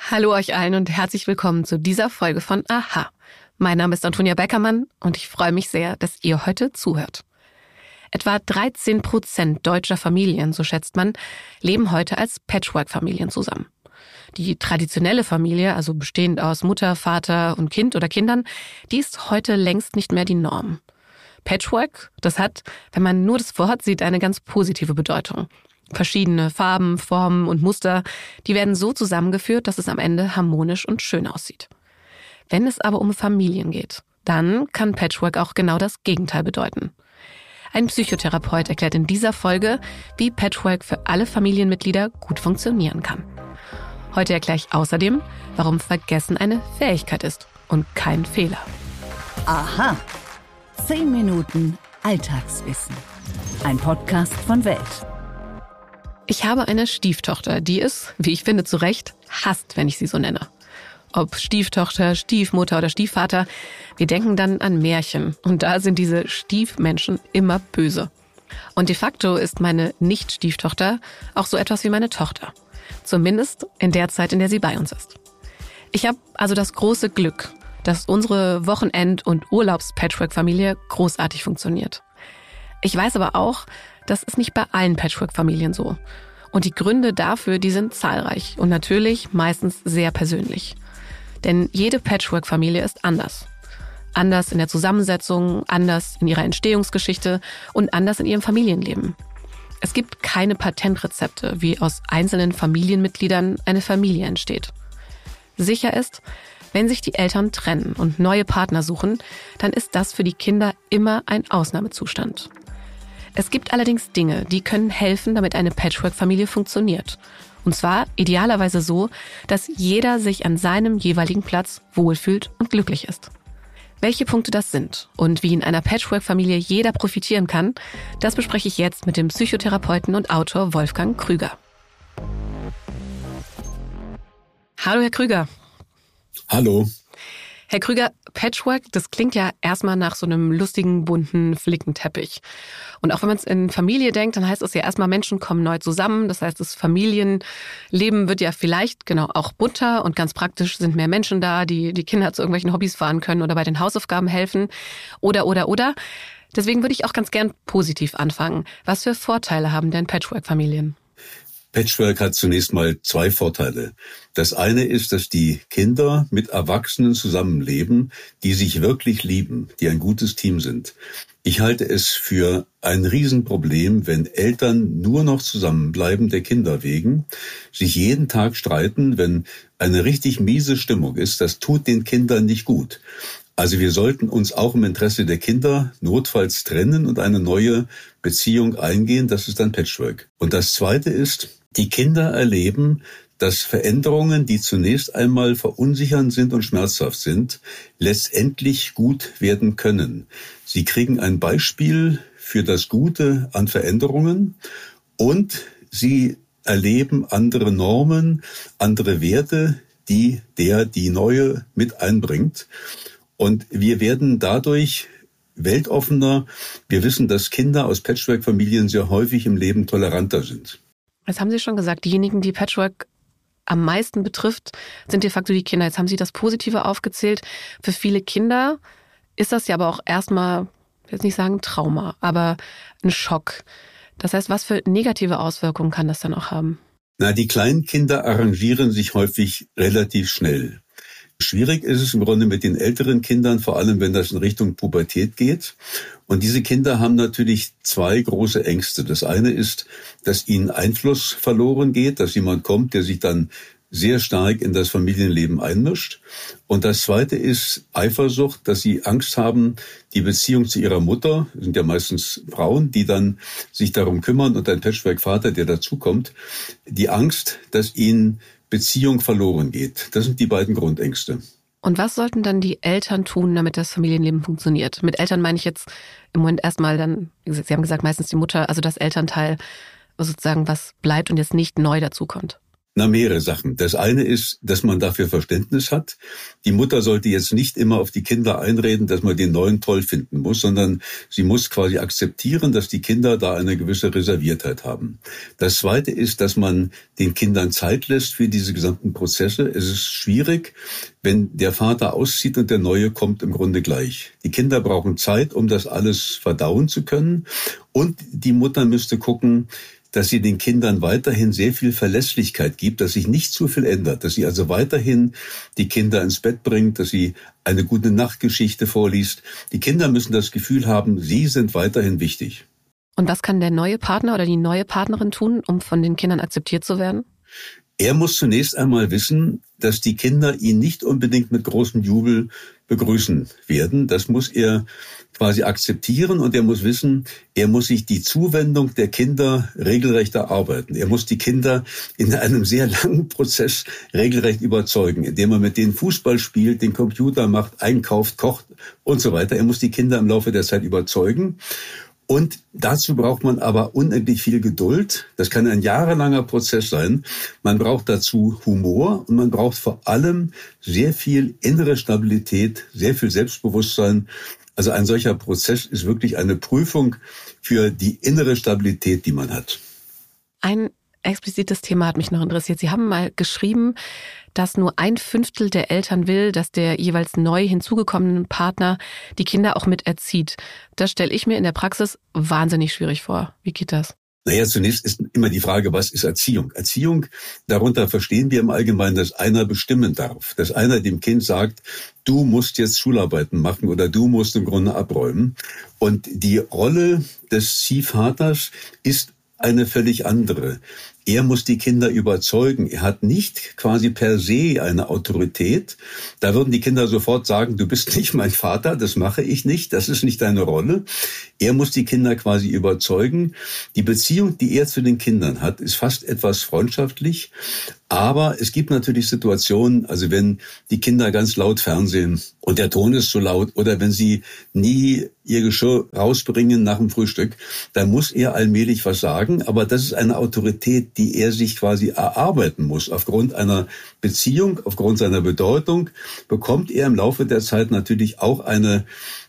Hallo euch allen und herzlich willkommen zu dieser Folge von Aha. Mein Name ist Antonia Beckermann und ich freue mich sehr, dass ihr heute zuhört. Etwa 13% deutscher Familien, so schätzt man, leben heute als Patchwork-Familien zusammen. Die traditionelle Familie, also bestehend aus Mutter, Vater und Kind oder Kindern, die ist heute längst nicht mehr die Norm. Patchwork, das hat, wenn man nur das Wort sieht, eine ganz positive Bedeutung. Verschiedene Farben, Formen und Muster, die werden so zusammengeführt, dass es am Ende harmonisch und schön aussieht. Wenn es aber um Familien geht, dann kann Patchwork auch genau das Gegenteil bedeuten. Ein Psychotherapeut erklärt in dieser Folge, wie Patchwork für alle Familienmitglieder gut funktionieren kann. Heute erkläre ich außerdem, warum Vergessen eine Fähigkeit ist und kein Fehler. Aha. 10 Minuten Alltagswissen. Ein Podcast von Welt. Ich habe eine Stieftochter, die es, wie ich finde, zu Recht hasst, wenn ich sie so nenne. Ob Stieftochter, Stiefmutter oder Stiefvater, wir denken dann an Märchen. Und da sind diese Stiefmenschen immer böse. Und de facto ist meine Nicht-Stieftochter auch so etwas wie meine Tochter. Zumindest in der Zeit, in der sie bei uns ist. Ich habe also das große Glück, dass unsere Wochenend- und Urlaubs-Patchwork-Familie großartig funktioniert. Ich weiß aber auch, das ist nicht bei allen Patchwork-Familien so. Und die Gründe dafür, die sind zahlreich und natürlich meistens sehr persönlich. Denn jede Patchwork-Familie ist anders. Anders in der Zusammensetzung, anders in ihrer Entstehungsgeschichte und anders in ihrem Familienleben. Es gibt keine Patentrezepte, wie aus einzelnen Familienmitgliedern eine Familie entsteht. Sicher ist, wenn sich die Eltern trennen und neue Partner suchen, dann ist das für die Kinder immer ein Ausnahmezustand. Es gibt allerdings Dinge, die können helfen, damit eine Patchwork-Familie funktioniert. Und zwar idealerweise so, dass jeder sich an seinem jeweiligen Platz wohlfühlt und glücklich ist. Welche Punkte das sind und wie in einer Patchwork-Familie jeder profitieren kann, das bespreche ich jetzt mit dem Psychotherapeuten und Autor Wolfgang Krüger. Hallo Herr Krüger. Hallo. Herr Krüger, Patchwork, das klingt ja erstmal nach so einem lustigen, bunten Flickenteppich. Und auch wenn man es in Familie denkt, dann heißt es ja erstmal, Menschen kommen neu zusammen. Das heißt, das Familienleben wird ja vielleicht auch bunter und ganz praktisch sind mehr Menschen da, die Kinder zu irgendwelchen Hobbys fahren können oder bei den Hausaufgaben helfen. Oder. Deswegen würde ich auch ganz gern positiv anfangen. Was für Vorteile haben denn Patchwork-Familien? Patchwork hat zunächst mal 2 Vorteile. Das eine ist, dass die Kinder mit Erwachsenen zusammenleben, die sich wirklich lieben, die ein gutes Team sind. Ich halte es für ein Riesenproblem, wenn Eltern nur noch zusammenbleiben der Kinder wegen, sich jeden Tag streiten, wenn eine richtig miese Stimmung ist. Das tut den Kindern nicht gut. Also wir sollten uns auch im Interesse der Kinder notfalls trennen und eine neue Beziehung eingehen. Das ist dann Patchwork. Und das Zweite ist, die Kinder erleben, dass Veränderungen, die zunächst einmal verunsichernd sind und schmerzhaft sind, letztendlich gut werden können. Sie kriegen ein Beispiel für das Gute an Veränderungen und sie erleben andere Normen, andere Werte, die neue mit einbringt. Und wir werden dadurch weltoffener. Wir wissen, dass Kinder aus Patchwork-Familien sehr häufig im Leben toleranter sind. Das haben Sie schon gesagt, diejenigen, die Patchwork am meisten betrifft, sind de facto die Kinder. Jetzt haben Sie das Positive aufgezählt. Für viele Kinder ist das ja aber auch erstmal, ich will jetzt nicht sagen Trauma, aber ein Schock. Das heißt, was für negative Auswirkungen kann das dann auch haben? Die kleinen Kinder arrangieren sich häufig relativ schnell. Schwierig ist es im Grunde mit den älteren Kindern, vor allem wenn das in Richtung Pubertät geht. Und diese Kinder haben natürlich 2 große Ängste. Das eine ist, dass ihnen Einfluss verloren geht, dass jemand kommt, der sich dann sehr stark in das Familienleben einmischt. Und das Zweite ist Eifersucht, dass sie Angst haben, die Beziehung zu ihrer Mutter, das sind ja meistens Frauen, die dann sich darum kümmern und ein Patchwork-Vater, der dazukommt, die Angst, dass ihnen Beziehung verloren geht. Das sind die beiden Grundängste. Und was sollten dann die Eltern tun, damit das Familienleben funktioniert? Mit Eltern meine ich jetzt im Moment erstmal dann, Sie haben gesagt, meistens die Mutter, also das Elternteil sozusagen, was bleibt und jetzt nicht neu dazukommt. Mehrere Sachen. Das eine ist, dass man dafür Verständnis hat. Die Mutter sollte jetzt nicht immer auf die Kinder einreden, dass man den Neuen toll finden muss, sondern sie muss quasi akzeptieren, dass die Kinder da eine gewisse Reserviertheit haben. Das zweite ist, dass man den Kindern Zeit lässt für diese gesamten Prozesse. Es ist schwierig, wenn der Vater auszieht und der Neue kommt im Grunde gleich. Die Kinder brauchen Zeit, um das alles verdauen zu können. Und die Mutter müsste gucken, dass sie den Kindern weiterhin sehr viel Verlässlichkeit gibt, dass sich nicht zu viel ändert, dass sie also weiterhin die Kinder ins Bett bringt, dass sie eine gute Nachtgeschichte vorliest. Die Kinder müssen das Gefühl haben, sie sind weiterhin wichtig. Und was kann der neue Partner oder die neue Partnerin tun, um von den Kindern akzeptiert zu werden? Er muss zunächst einmal wissen, dass die Kinder ihn nicht unbedingt mit großem Jubel begrüßen werden. Das muss er quasi akzeptieren und er muss wissen, er muss sich die Zuwendung der Kinder regelrecht erarbeiten. Er muss die Kinder in einem sehr langen Prozess regelrecht überzeugen, indem er mit denen Fußball spielt, den Computer macht, einkauft, kocht und so weiter. Er muss die Kinder im Laufe der Zeit überzeugen. Und dazu braucht man aber unendlich viel Geduld. Das kann ein jahrelanger Prozess sein. Man braucht dazu Humor und man braucht vor allem sehr viel innere Stabilität, sehr viel Selbstbewusstsein. Also ein solcher Prozess ist wirklich eine Prüfung für die innere Stabilität, die man hat. Ein explizites Thema hat mich noch interessiert. Sie haben mal geschrieben, dass nur 1/5 der Eltern will, dass der jeweils neu hinzugekommene Partner die Kinder auch mit erzieht. Das stelle ich mir in der Praxis wahnsinnig schwierig vor. Wie geht das? Naja, zunächst ist immer die Frage, was ist Erziehung? Erziehung, darunter verstehen wir im Allgemeinen, dass einer bestimmen darf. Dass einer dem Kind sagt, du musst jetzt Schularbeiten machen oder du musst im Grunde abräumen. Und die Rolle des Ziehvaters ist eine völlig andere. Er muss die Kinder überzeugen. Er hat nicht quasi per se eine Autorität. Da würden die Kinder sofort sagen, du bist nicht mein Vater, das mache ich nicht, das ist nicht deine Rolle. Er muss die Kinder quasi überzeugen. Die Beziehung, die er zu den Kindern hat, ist fast etwas freundschaftlich. Aber es gibt natürlich Situationen, also wenn die Kinder ganz laut fernsehen und der Ton ist zu laut oder wenn sie nie ihr Geschirr rausbringen nach dem Frühstück, dann muss er allmählich was sagen. Aber das ist eine Autorität, die er sich quasi erarbeiten muss. Aufgrund einer Beziehung, aufgrund seiner Bedeutung, bekommt er im Laufe der Zeit natürlich auch eine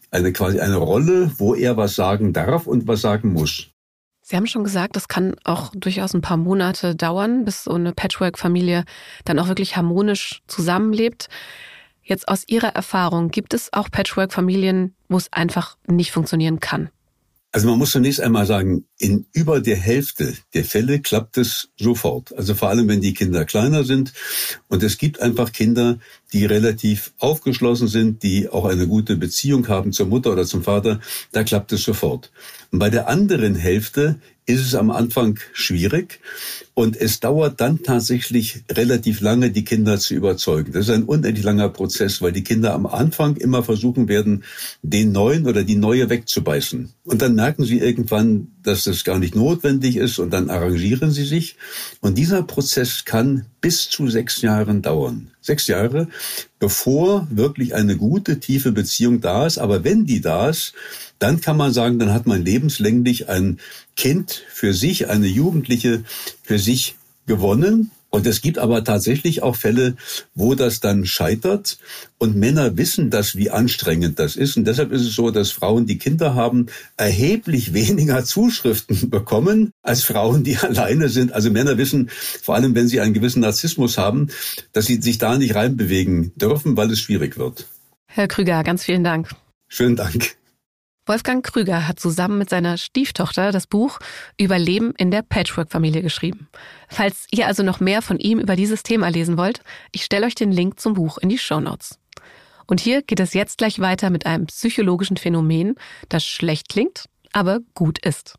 Rolle, wo er was sagen darf und was sagen muss. Sie haben schon gesagt, das kann auch durchaus ein paar Monate dauern, bis so eine Patchwork-Familie dann auch wirklich harmonisch zusammenlebt. Jetzt aus Ihrer Erfahrung, gibt es auch Patchwork-Familien, wo es einfach nicht funktionieren kann? Also man muss zunächst einmal sagen, in über der Hälfte der Fälle klappt es sofort. Also vor allem, wenn die Kinder kleiner sind. Und es gibt einfach Kinder, die relativ aufgeschlossen sind, die auch eine gute Beziehung haben zur Mutter oder zum Vater. Da klappt es sofort. Und bei der anderen Hälfte ist es am Anfang schwierig und es dauert dann tatsächlich relativ lange, die Kinder zu überzeugen. Das ist ein unendlich langer Prozess, weil die Kinder am Anfang immer versuchen werden, den Neuen oder die Neue wegzubeißen. Und dann merken sie irgendwann, dass das gar nicht notwendig ist und dann arrangieren sie sich. Und dieser Prozess kann bis zu 6 Jahren dauern. 6 Jahre, bevor wirklich eine gute, tiefe Beziehung da ist. Aber wenn die da ist, dann kann man sagen, dann hat man lebenslänglich ein Kind für sich, eine Jugendliche für sich gewonnen. Und es gibt aber tatsächlich auch Fälle, wo das dann scheitert. Und Männer wissen das, wie anstrengend das ist. Und deshalb ist es so, dass Frauen, die Kinder haben, erheblich weniger Zuschriften bekommen als Frauen, die alleine sind. Also Männer wissen, vor allem wenn sie einen gewissen Narzissmus haben, dass sie sich da nicht reinbewegen dürfen, weil es schwierig wird. Herr Krüger, ganz vielen Dank. Schönen Dank. Wolfgang Krüger hat zusammen mit seiner Stieftochter das Buch Überleben in der Patchwork-Familie geschrieben. Falls ihr also noch mehr von ihm über dieses Thema lesen wollt, ich stelle euch den Link zum Buch in die Shownotes. Und hier geht es jetzt gleich weiter mit einem psychologischen Phänomen, das schlecht klingt, aber gut ist.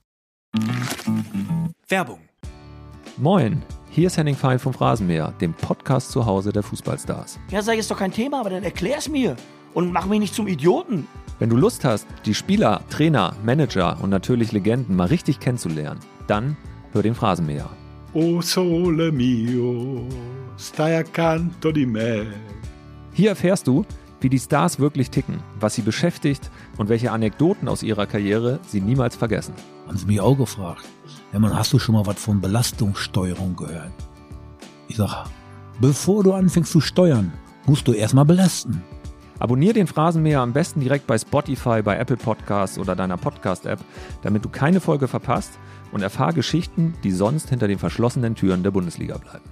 Werbung. Moin, hier ist Henning Fein vom Phrasenmäher, dem Podcast zu Hause der Fußballstars. Ja, sag ich, ist doch kein Thema, aber dann erklär's mir und mach mich nicht zum Idioten. Wenn du Lust hast, die Spieler, Trainer, Manager und natürlich Legenden mal richtig kennenzulernen, dann hör den Phrasenmäher. O sole mio, stai accanto di me. Hier erfährst du, wie die Stars wirklich ticken, was sie beschäftigt und welche Anekdoten aus ihrer Karriere sie niemals vergessen. Haben sie mich auch gefragt. Ja, man, hast du schon mal was von Belastungssteuerung gehört? Ich sag, bevor du anfängst zu steuern, musst du erstmal belasten. Abonnier den Phrasenmäher am besten direkt bei Spotify, bei Apple Podcasts oder deiner Podcast-App, damit du keine Folge verpasst und erfahr Geschichten, die sonst hinter den verschlossenen Türen der Bundesliga bleiben.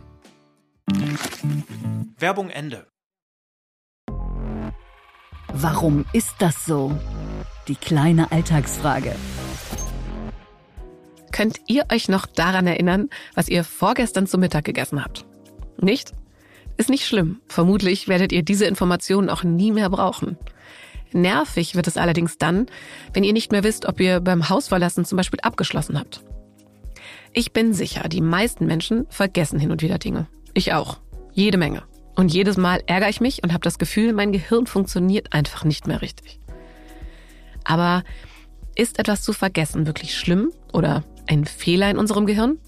Werbung Ende. Warum ist das so? Die kleine Alltagsfrage. Könnt ihr euch noch daran erinnern, was ihr vorgestern zu Mittag gegessen habt? Nicht? Ist nicht schlimm. Vermutlich werdet ihr diese Informationen auch nie mehr brauchen. Nervig wird es allerdings dann, wenn ihr nicht mehr wisst, ob ihr beim Hausverlassen zum Beispiel abgeschlossen habt. Ich bin sicher, die meisten Menschen vergessen hin und wieder Dinge. Ich auch. Jede Menge. Und jedes Mal ärgere ich mich und habe das Gefühl, mein Gehirn funktioniert einfach nicht mehr richtig. Aber ist etwas zu vergessen wirklich schlimm oder ein Fehler in unserem Gehirn?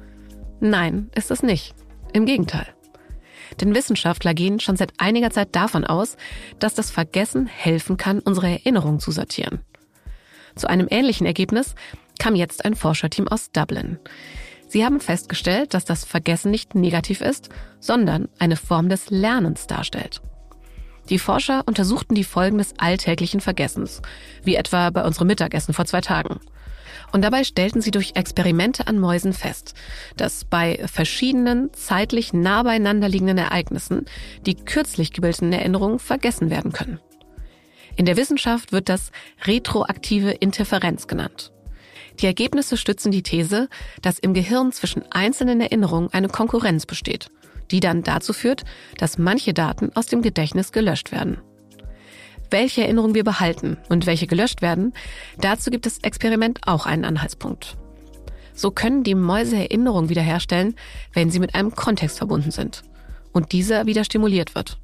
Nein, ist es nicht. Im Gegenteil. Denn Wissenschaftler gehen schon seit einiger Zeit davon aus, dass das Vergessen helfen kann, unsere Erinnerungen zu sortieren. Zu einem ähnlichen Ergebnis kam jetzt ein Forscherteam aus Dublin. Sie haben festgestellt, dass das Vergessen nicht negativ ist, sondern eine Form des Lernens darstellt. Die Forscher untersuchten die Folgen des alltäglichen Vergessens, wie etwa bei unserem Mittagessen vor 2 Tagen. Und dabei stellten sie durch Experimente an Mäusen fest, dass bei verschiedenen, zeitlich nah beieinander liegenden Ereignissen die kürzlich gebildeten Erinnerungen vergessen werden können. In der Wissenschaft wird das retroaktive Interferenz genannt. Die Ergebnisse stützen die These, dass im Gehirn zwischen einzelnen Erinnerungen eine Konkurrenz besteht, die dann dazu führt, dass manche Daten aus dem Gedächtnis gelöscht werden. Welche Erinnerungen wir behalten und welche gelöscht werden, dazu gibt das Experiment auch einen Anhaltspunkt. So können die Mäuse Erinnerungen wiederherstellen, wenn sie mit einem Kontext verbunden sind und dieser wieder stimuliert wird.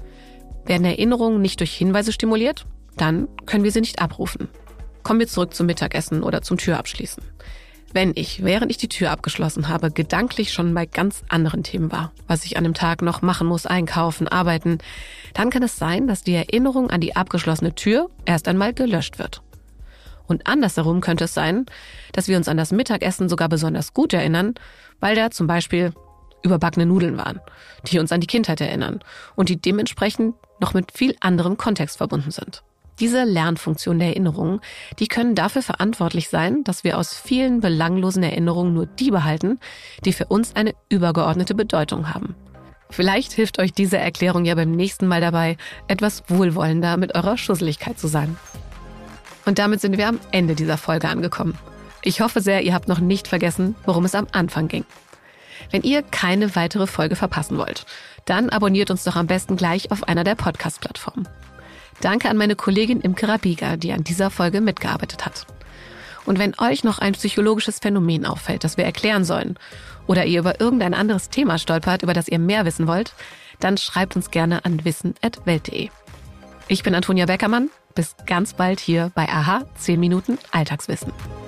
Werden Erinnerungen nicht durch Hinweise stimuliert, dann können wir sie nicht abrufen. Kommen wir zurück zum Mittagessen oder zum Türabschließen. Wenn ich, während ich die Tür abgeschlossen habe, gedanklich schon bei ganz anderen Themen war, was ich an dem Tag noch machen muss, einkaufen, arbeiten, dann kann es sein, dass die Erinnerung an die abgeschlossene Tür erst einmal gelöscht wird. Und andersherum könnte es sein, dass wir uns an das Mittagessen sogar besonders gut erinnern, weil da zum Beispiel überbackene Nudeln waren, die uns an die Kindheit erinnern und die dementsprechend noch mit viel anderem Kontext verbunden sind. Diese Lernfunktionen der Erinnerungen, die können dafür verantwortlich sein, dass wir aus vielen belanglosen Erinnerungen nur die behalten, die für uns eine übergeordnete Bedeutung haben. Vielleicht hilft euch diese Erklärung ja beim nächsten Mal dabei, etwas wohlwollender mit eurer Schusseligkeit zu sein. Und damit sind wir am Ende dieser Folge angekommen. Ich hoffe sehr, ihr habt noch nicht vergessen, worum es am Anfang ging. Wenn ihr keine weitere Folge verpassen wollt, dann abonniert uns doch am besten gleich auf einer der Podcast-Plattformen. Danke an meine Kollegin Imke Rabiga, die an dieser Folge mitgearbeitet hat. Und wenn euch noch ein psychologisches Phänomen auffällt, das wir erklären sollen, oder ihr über irgendein anderes Thema stolpert, über das ihr mehr wissen wollt, dann schreibt uns gerne an wissen@welt.de. Ich bin Antonia Beckermann. Bis ganz bald hier bei AHA 10 Minuten Alltagswissen.